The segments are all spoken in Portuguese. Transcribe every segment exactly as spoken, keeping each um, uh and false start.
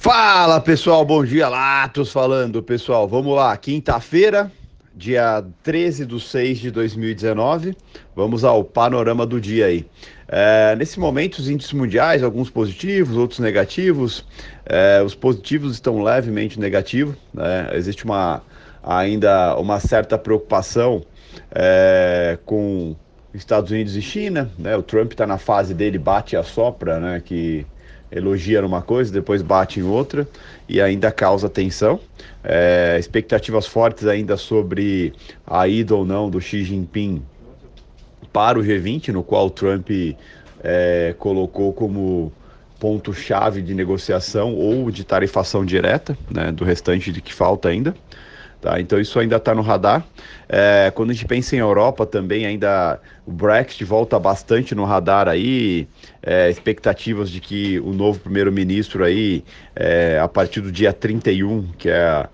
Fala pessoal, bom dia, Latos falando pessoal, vamos lá, quinta-feira, dia treze de seis de dois mil e dezenove, vamos ao panorama do dia aí. É, nesse momento os índices mundiais, alguns positivos, outros negativos, é, os positivos estão levemente negativos, né? Existe uma, ainda uma certa preocupação é, com Estados Unidos e China, né? O Trump está na fase dele bate e assopra, né? Que elogia numa coisa, depois bate em outra e ainda causa tensão. É, expectativas fortes ainda sobre a ida ou não do Xi Jinping para o G vinte, no qual o Trump é, colocou como ponto-chave de negociação ou de tarifação direta, né, do restante de que falta ainda. Tá, então isso ainda está no radar. É, quando a gente pensa em Europa também, ainda o Brexit volta bastante no radar aí, é, expectativas de que o novo primeiro-ministro aí, é, a partir do dia trinta e um, que é a,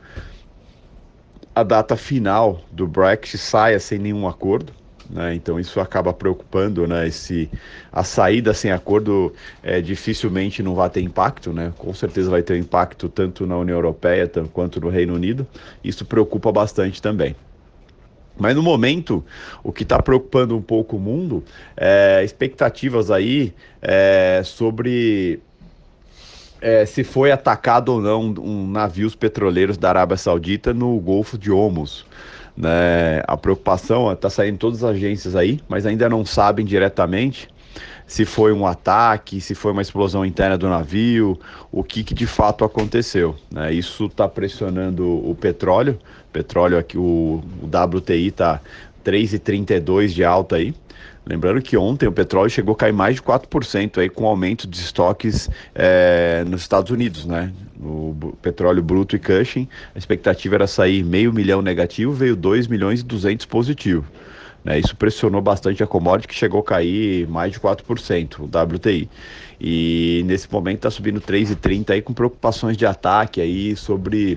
a data final do Brexit, saia sem nenhum acordo. Né? Então isso acaba preocupando, né? Esse, a saída sem acordo é, dificilmente não vai ter impacto, né? Com certeza vai ter impacto tanto na União Europeia tanto, quanto no Reino Unido. Isso preocupa bastante também. Mas no momento, o que está preocupando um pouco o mundo é expectativas aí é, sobre é, se foi atacado ou não um navios petroleiros da Arábia Saudita no Golfo de Hormuz. Né? A preocupação está saindo em todas as agências aí, mas ainda não sabem diretamente se foi um ataque, se foi uma explosão interna do navio, o que, que de fato aconteceu. Né? Isso está pressionando o petróleo. Petróleo aqui, o, o W T I está três vírgula trinta e dois de alta aí. Lembrando que ontem o petróleo chegou a cair mais de quatro por cento aí com aumento de estoques é, nos Estados Unidos, né? O petróleo bruto e Cushing, a expectativa era sair meio milhão negativo, veio dois milhões e duzentos positivo. Né? Isso pressionou bastante a commodity, que chegou a cair mais de quatro por cento, o W T I. E nesse momento está subindo três vírgula trinta aí com preocupações de ataque aí sobre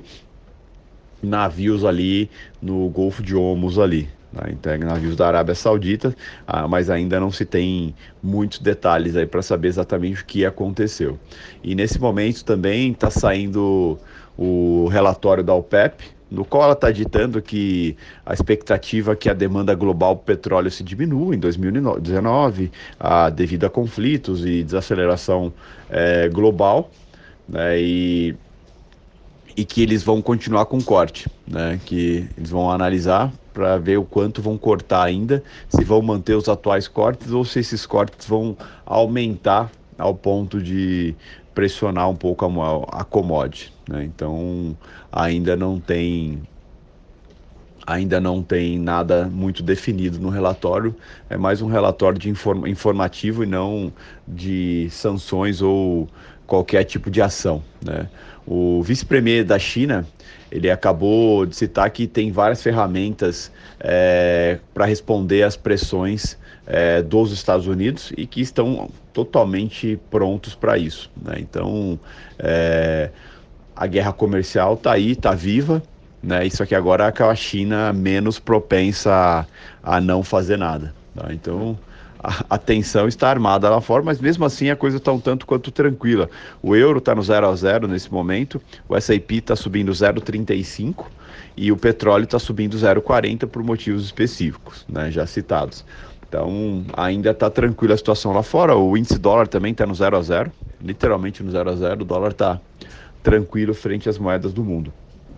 navios ali no Golfo de Hormuz ali. Tá? Então, navios da Arábia Saudita, ah, mas ainda não se tem muitos detalhes aí para saber exatamente o que aconteceu. E nesse momento também está saindo o relatório da OPEP, no qual ela está ditando que a expectativa é que a demanda global por petróleo se diminua em dois mil e dezenove, ah, devido a conflitos e desaceleração eh, global, né, e e que eles vão continuar com corte, né? Que eles vão analisar para ver o quanto vão cortar ainda, se vão manter os atuais cortes ou se esses cortes vão aumentar ao ponto de pressionar um pouco a, a commodity, né? Então ainda não tem ainda não tem nada muito definido no relatório, é mais um relatório de inform, informativo e não de sanções ou qualquer tipo de ação, né? O vice-premier da China, ele acabou de citar que tem várias ferramentas é, para responder às pressões é, dos Estados Unidos e que estão totalmente prontos para isso, né? Então, é, a guerra comercial está aí, está viva, né? Isso aqui agora é a China menos propensa a, a não fazer nada, tá? Então a, a tensão está armada lá fora, mas mesmo assim a coisa está um tanto quanto tranquila. O euro está no zero a zero nesse momento, o S e P está subindo zero vírgula trinta e cinco e o petróleo está subindo zero vírgula quarenta por motivos específicos, né, já citados. Então ainda está tranquila a situação lá fora. O índice dólar também está no zero a zero, literalmente no zero a zero. O dólar está tranquilo frente às moedas do mundo.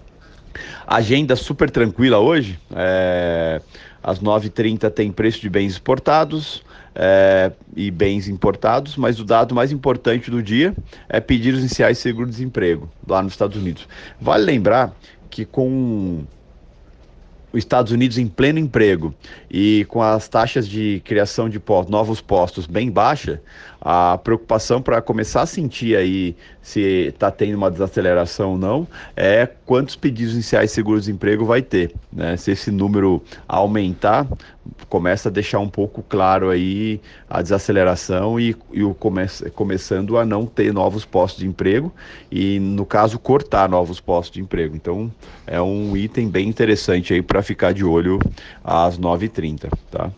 Agenda super tranquila hoje, é, às nove e trinta tem preço de bens exportados é, e bens importados, mas o dado mais importante do dia é pedidos iniciais de seguro-desemprego lá nos Estados Unidos. Vale lembrar que com os Estados Unidos em pleno emprego e com as taxas de criação de postos, novos postos bem baixa, a preocupação para começar a sentir aí se está tendo uma desaceleração ou não é quantos pedidos iniciais de seguro-desemprego vai ter, né? Se esse número aumentar, começa a deixar um pouco claro aí a desaceleração e, e o come, começando a não ter novos postos de emprego e, no caso, cortar novos postos de emprego. Então, é um item bem interessante aí para ficar de olho às nove e trinta, tá?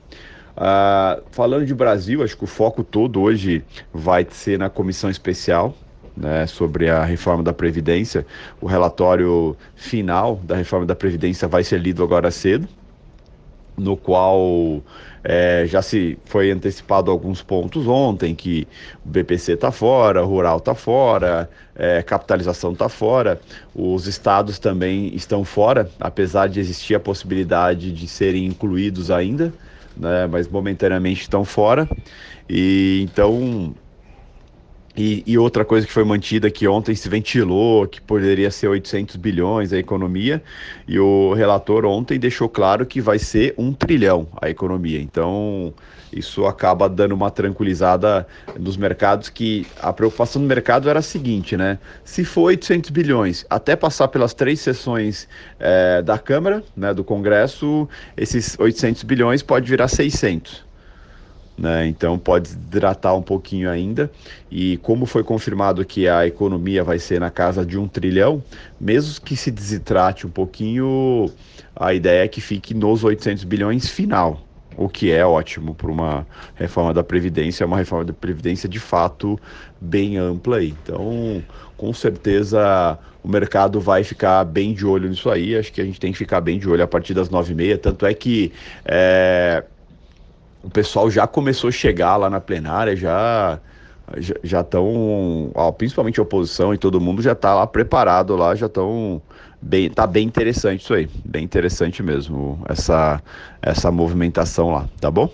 Uh, falando de Brasil, acho que o foco todo hoje vai ser na comissão especial, né, sobre a reforma da Previdência. O relatório final da reforma da Previdência vai ser lido agora cedo, no qual é, já se foi antecipado alguns pontos ontem, que o B P C está fora, o Rural está fora, é, capitalização está fora, os estados também estão fora, apesar de existir a possibilidade de serem incluídos ainda, né, mas momentaneamente estão fora, e então... E, e outra coisa que foi mantida, que ontem se ventilou, que poderia ser oitocentos bilhões a economia, e o relator ontem deixou claro que vai ser um trilhão a economia. Então, isso acaba dando uma tranquilizada nos mercados, que a preocupação do mercado era a seguinte, né? Se for oitocentos bilhões, até passar pelas três sessões eh, da Câmara, né, do Congresso, esses oitocentos bilhões pode virar seiscentos. Né? Então pode desidratar um pouquinho ainda, e como foi confirmado que a economia vai ser na casa de um trilhão, mesmo que se desidrate um pouquinho, a ideia é que fique nos oitocentos bilhões final, o que é ótimo para uma reforma da Previdência, é uma reforma da Previdência de fato bem ampla aí. Então, com certeza o mercado vai ficar bem de olho nisso aí, acho que a gente tem que ficar bem de olho a partir das nove e meia, tanto é que é, o pessoal já começou a chegar lá na plenária, já já estão, principalmente a oposição e todo mundo já está lá preparado lá, já estão bem, tá bem interessante isso aí, bem interessante mesmo, essa, essa movimentação lá, tá bom?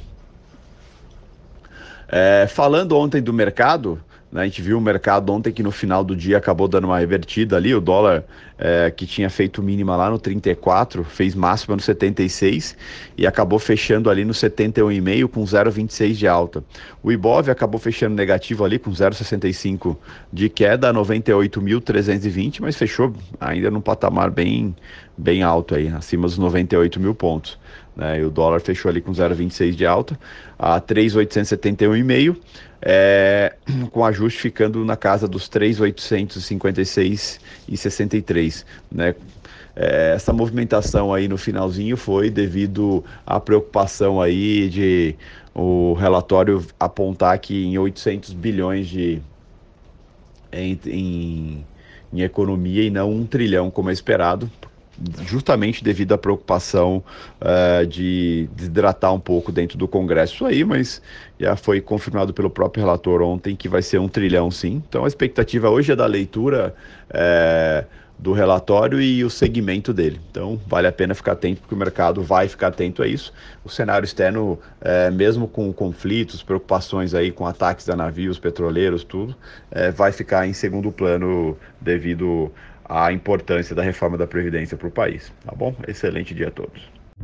É, falando ontem do mercado, né, a gente viu o mercado ontem que no final do dia acabou dando uma revertida ali, o dólar é, que tinha feito mínima lá no trinta e quatro, fez máxima no setenta e seis e acabou fechando ali no setenta e um vírgula cinco com zero vírgula vinte e seis de alta. O Ibov acabou fechando negativo ali com zero vírgula sessenta e cinco de queda, noventa e oito mil trezentos e vinte, mas fechou ainda num patamar bem, bem alto aí, acima dos noventa e oito mil pontos. Né, e o dólar fechou ali com zero vírgula vinte e seis de alta, a três mil oitocentos e setenta e um vírgula cinco, é, com ajuste ficando na casa dos três mil oitocentos e cinquenta e seis vírgula sessenta e três, né? É, essa movimentação aí no finalzinho foi devido à preocupação aí de o relatório apontar que em oitocentos bilhões de em, em, em economia e não um trilhão como é esperado, justamente devido à preocupação uh, de desidratar um pouco dentro do Congresso isso aí, mas já foi confirmado pelo próprio relator ontem que vai ser um trilhão sim. Então a expectativa hoje é da leitura é, do relatório e o segmento dele. Então vale a pena ficar atento, porque o mercado vai ficar atento a isso. O cenário externo, é, mesmo com conflitos, preocupações aí com ataques a navios, petroleiros, tudo, é, vai ficar em segundo plano devido a importância da reforma da Previdência para o país, tá bom? Excelente dia a todos.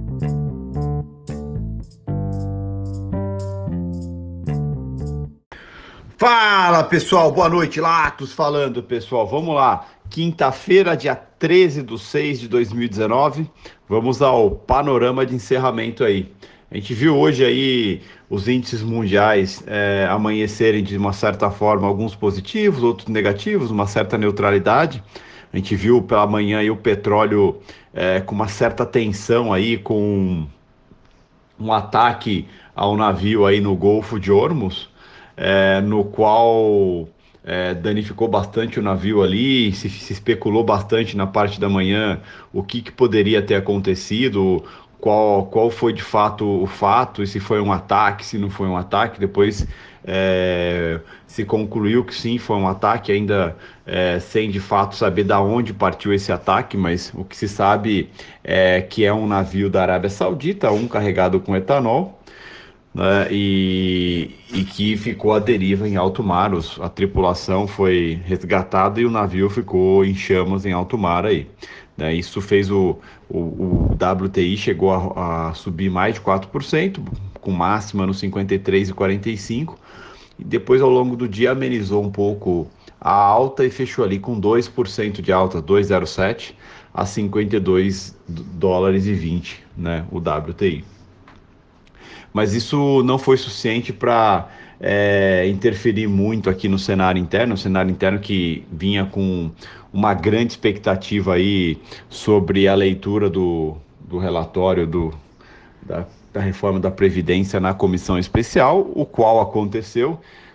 Fala, pessoal, boa noite, Latos falando, pessoal, vamos lá, quinta-feira, dia treze de seis de dois mil e dezenove, vamos ao panorama de encerramento aí. A gente viu hoje aí os índices mundiais é, amanhecerem de uma certa forma, alguns positivos, outros negativos, uma certa neutralidade. A gente viu pela manhã aí o petróleo é, com uma certa tensão aí, com um ataque ao navio aí no Golfo de Hormuz, é, no qual é, danificou bastante o navio ali, se, se especulou bastante na parte da manhã o que, que poderia ter acontecido, qual, qual foi de fato o fato, e se foi um ataque, se não foi um ataque. Depois é, se concluiu que sim, foi um ataque, ainda é, sem de fato saber da onde partiu esse ataque, mas o que se sabe é que é um navio da Arábia Saudita, um carregado com etanol, né, e, e que ficou à deriva em alto mar. Os, a tripulação foi resgatada e o navio ficou em chamas em alto mar aí. Né, isso fez o, o, o W T I chegou a, a subir mais de quatro por cento, com máxima no cinquenta e três e quarenta e cinco, e depois ao longo do dia amenizou um pouco a alta e fechou ali com dois por cento de alta, dois vírgula zero sete a cinquenta e dois dólares e vinte, né, o W T I. Mas isso não foi suficiente para é, interferir muito aqui no cenário interno, o cenário interno que vinha com uma grande expectativa aí sobre a leitura do, do relatório do, da, da reforma da Previdência na comissão especial, o qual aconteceu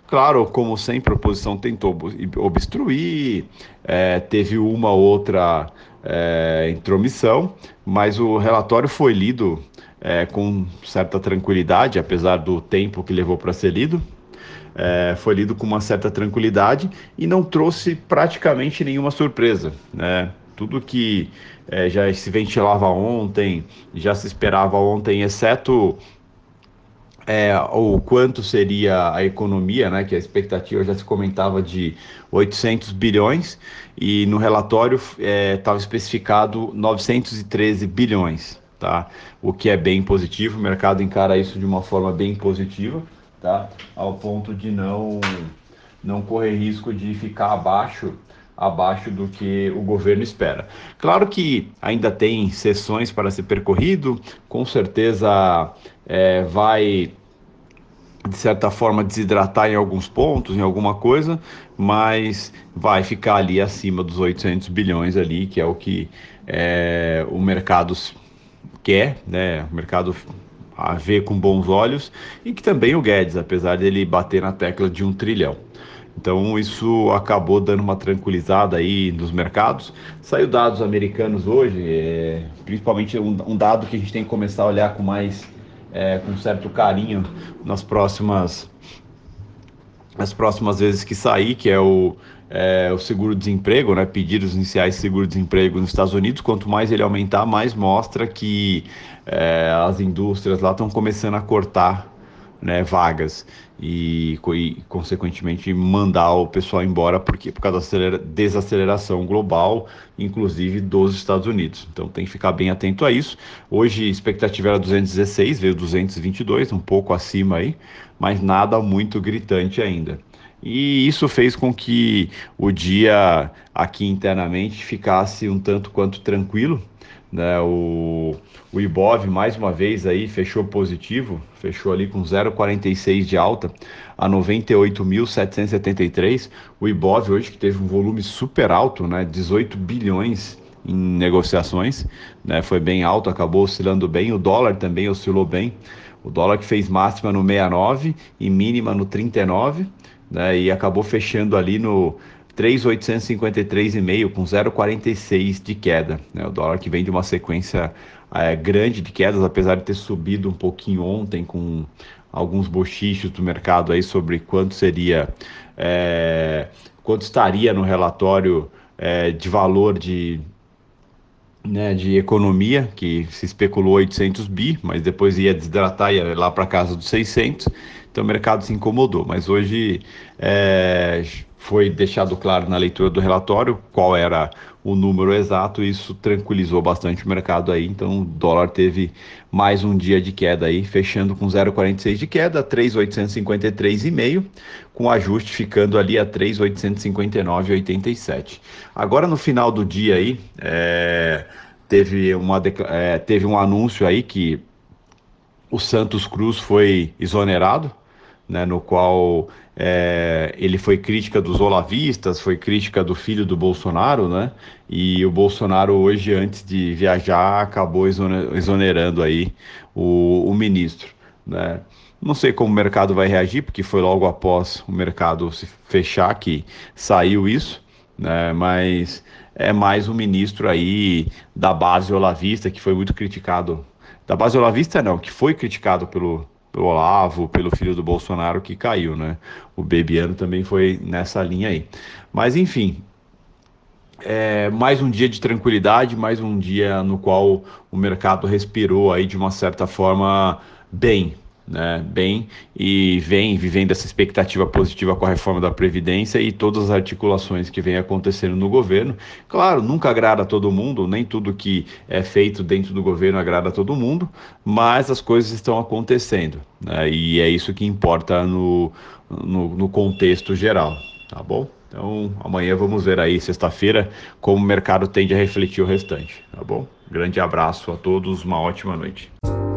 Claro, como sempre, a oposição tentou bu- obstruir, é, teve uma outra é, intromissão, mas o relatório foi lido é, com certa tranquilidade, apesar do tempo que levou para ser lido. É, foi lido com uma certa tranquilidade e não trouxe praticamente nenhuma surpresa, né? Tudo que é, já se ventilava ontem, já se esperava ontem, exceto é, o quanto seria a economia, né? Que a expectativa já se comentava de oitocentos bilhões e no relatório estava especificado novecentos e treze bilhões, tá? O que é bem positivo, o mercado encara isso de uma forma bem positiva, tá? Ao ponto de não não correr risco de ficar abaixo abaixo do que o governo espera. Claro que ainda tem sessões para ser percorrido, com certeza é, vai de certa forma desidratar em alguns pontos, em alguma coisa, mas vai ficar ali acima dos oitocentos bilhões ali, que é o que é, o mercado quer, né? O mercado a ver com bons olhos e que também o Guedes, apesar dele bater na tecla de um trilhão. Então isso acabou dando uma tranquilizada aí nos mercados. Saiu dados americanos hoje, é, principalmente um, um dado que a gente tem que começar a olhar com mais, é, com certo carinho nas próximas, nas próximas vezes que sair, que é o, é, o seguro-desemprego, né? Pedidos iniciais de seguro-desemprego nos Estados Unidos. Quanto mais ele aumentar, mais mostra que é, as indústrias lá estão começando a cortar, né, vagas e, e, consequentemente, mandar o pessoal embora porque, por causa da acelera- desaceleração global, inclusive dos Estados Unidos. Então tem que ficar bem atento a isso. Hoje a expectativa era duzentos e dezesseis, veio duzentos e vinte e dois, um pouco acima aí, mas nada muito gritante ainda. E isso fez com que o dia aqui internamente ficasse um tanto quanto tranquilo, né? O, o Ibov mais uma vez aí fechou positivo, fechou ali com zero vírgula quarenta e seis de alta a noventa e oito mil setecentos e setenta e três. O Ibov hoje que teve um volume super alto, né? dezoito bilhões em negociações, né? Foi bem alto, acabou oscilando bem. O dólar também oscilou bem. O dólar que fez máxima no sessenta e nove e mínima no trinta e nove, né? E acabou fechando ali no três mil oitocentos e cinquenta e três vírgula cinco com zero vírgula quarenta e seis de queda, né? O dólar que vem de uma sequência é, grande de quedas, apesar de ter subido um pouquinho ontem com alguns bochichos do mercado aí sobre quanto seria, é, quanto estaria no relatório é, de valor de, né, de economia, que se especulou oitocentos bi, mas depois ia desidratar, ia lá para casa dos seiscentos, então o mercado se incomodou. Mas hoje é, foi deixado claro na leitura do relatório qual era o número exato, e isso tranquilizou bastante o mercado aí, então o dólar teve mais um dia de queda aí, fechando com zero vírgula quarenta e seis de queda, três mil oitocentos e cinquenta e três vírgula cinco, com ajuste ficando ali a três mil oitocentos e cinquenta e nove vírgula oitenta e sete. Agora no final do dia aí, é, teve, uma, é, teve um anúncio aí que o Santos Cruz foi exonerado, né, no qual é, ele foi crítica dos olavistas, foi crítica do filho do Bolsonaro, né? E o Bolsonaro hoje, antes de viajar, acabou exonerando aí o, o ministro, né? Não sei como o mercado vai reagir, porque foi logo após o mercado se fechar que saiu isso, né? Mas é mais um ministro aí da base olavista que foi muito criticado. Da base olavista não, que foi criticado pelo, pelo Olavo, pelo filho do Bolsonaro que caiu, né? O Bebiano também foi nessa linha aí. Mas enfim, é mais um dia de tranquilidade, mais um dia no qual o mercado respirou aí de uma certa forma bem, né? Bem, e vem vivendo essa expectativa positiva com a reforma da Previdência e todas as articulações que vem acontecendo no governo. Claro, nunca agrada a todo mundo, nem tudo que é feito dentro do governo agrada a todo mundo, mas as coisas estão acontecendo, né? E é isso que importa no, no, no contexto geral, tá bom? Então, amanhã vamos ver aí, sexta-feira, como o mercado tende a refletir o restante, tá bom? Grande abraço a todos, uma ótima noite.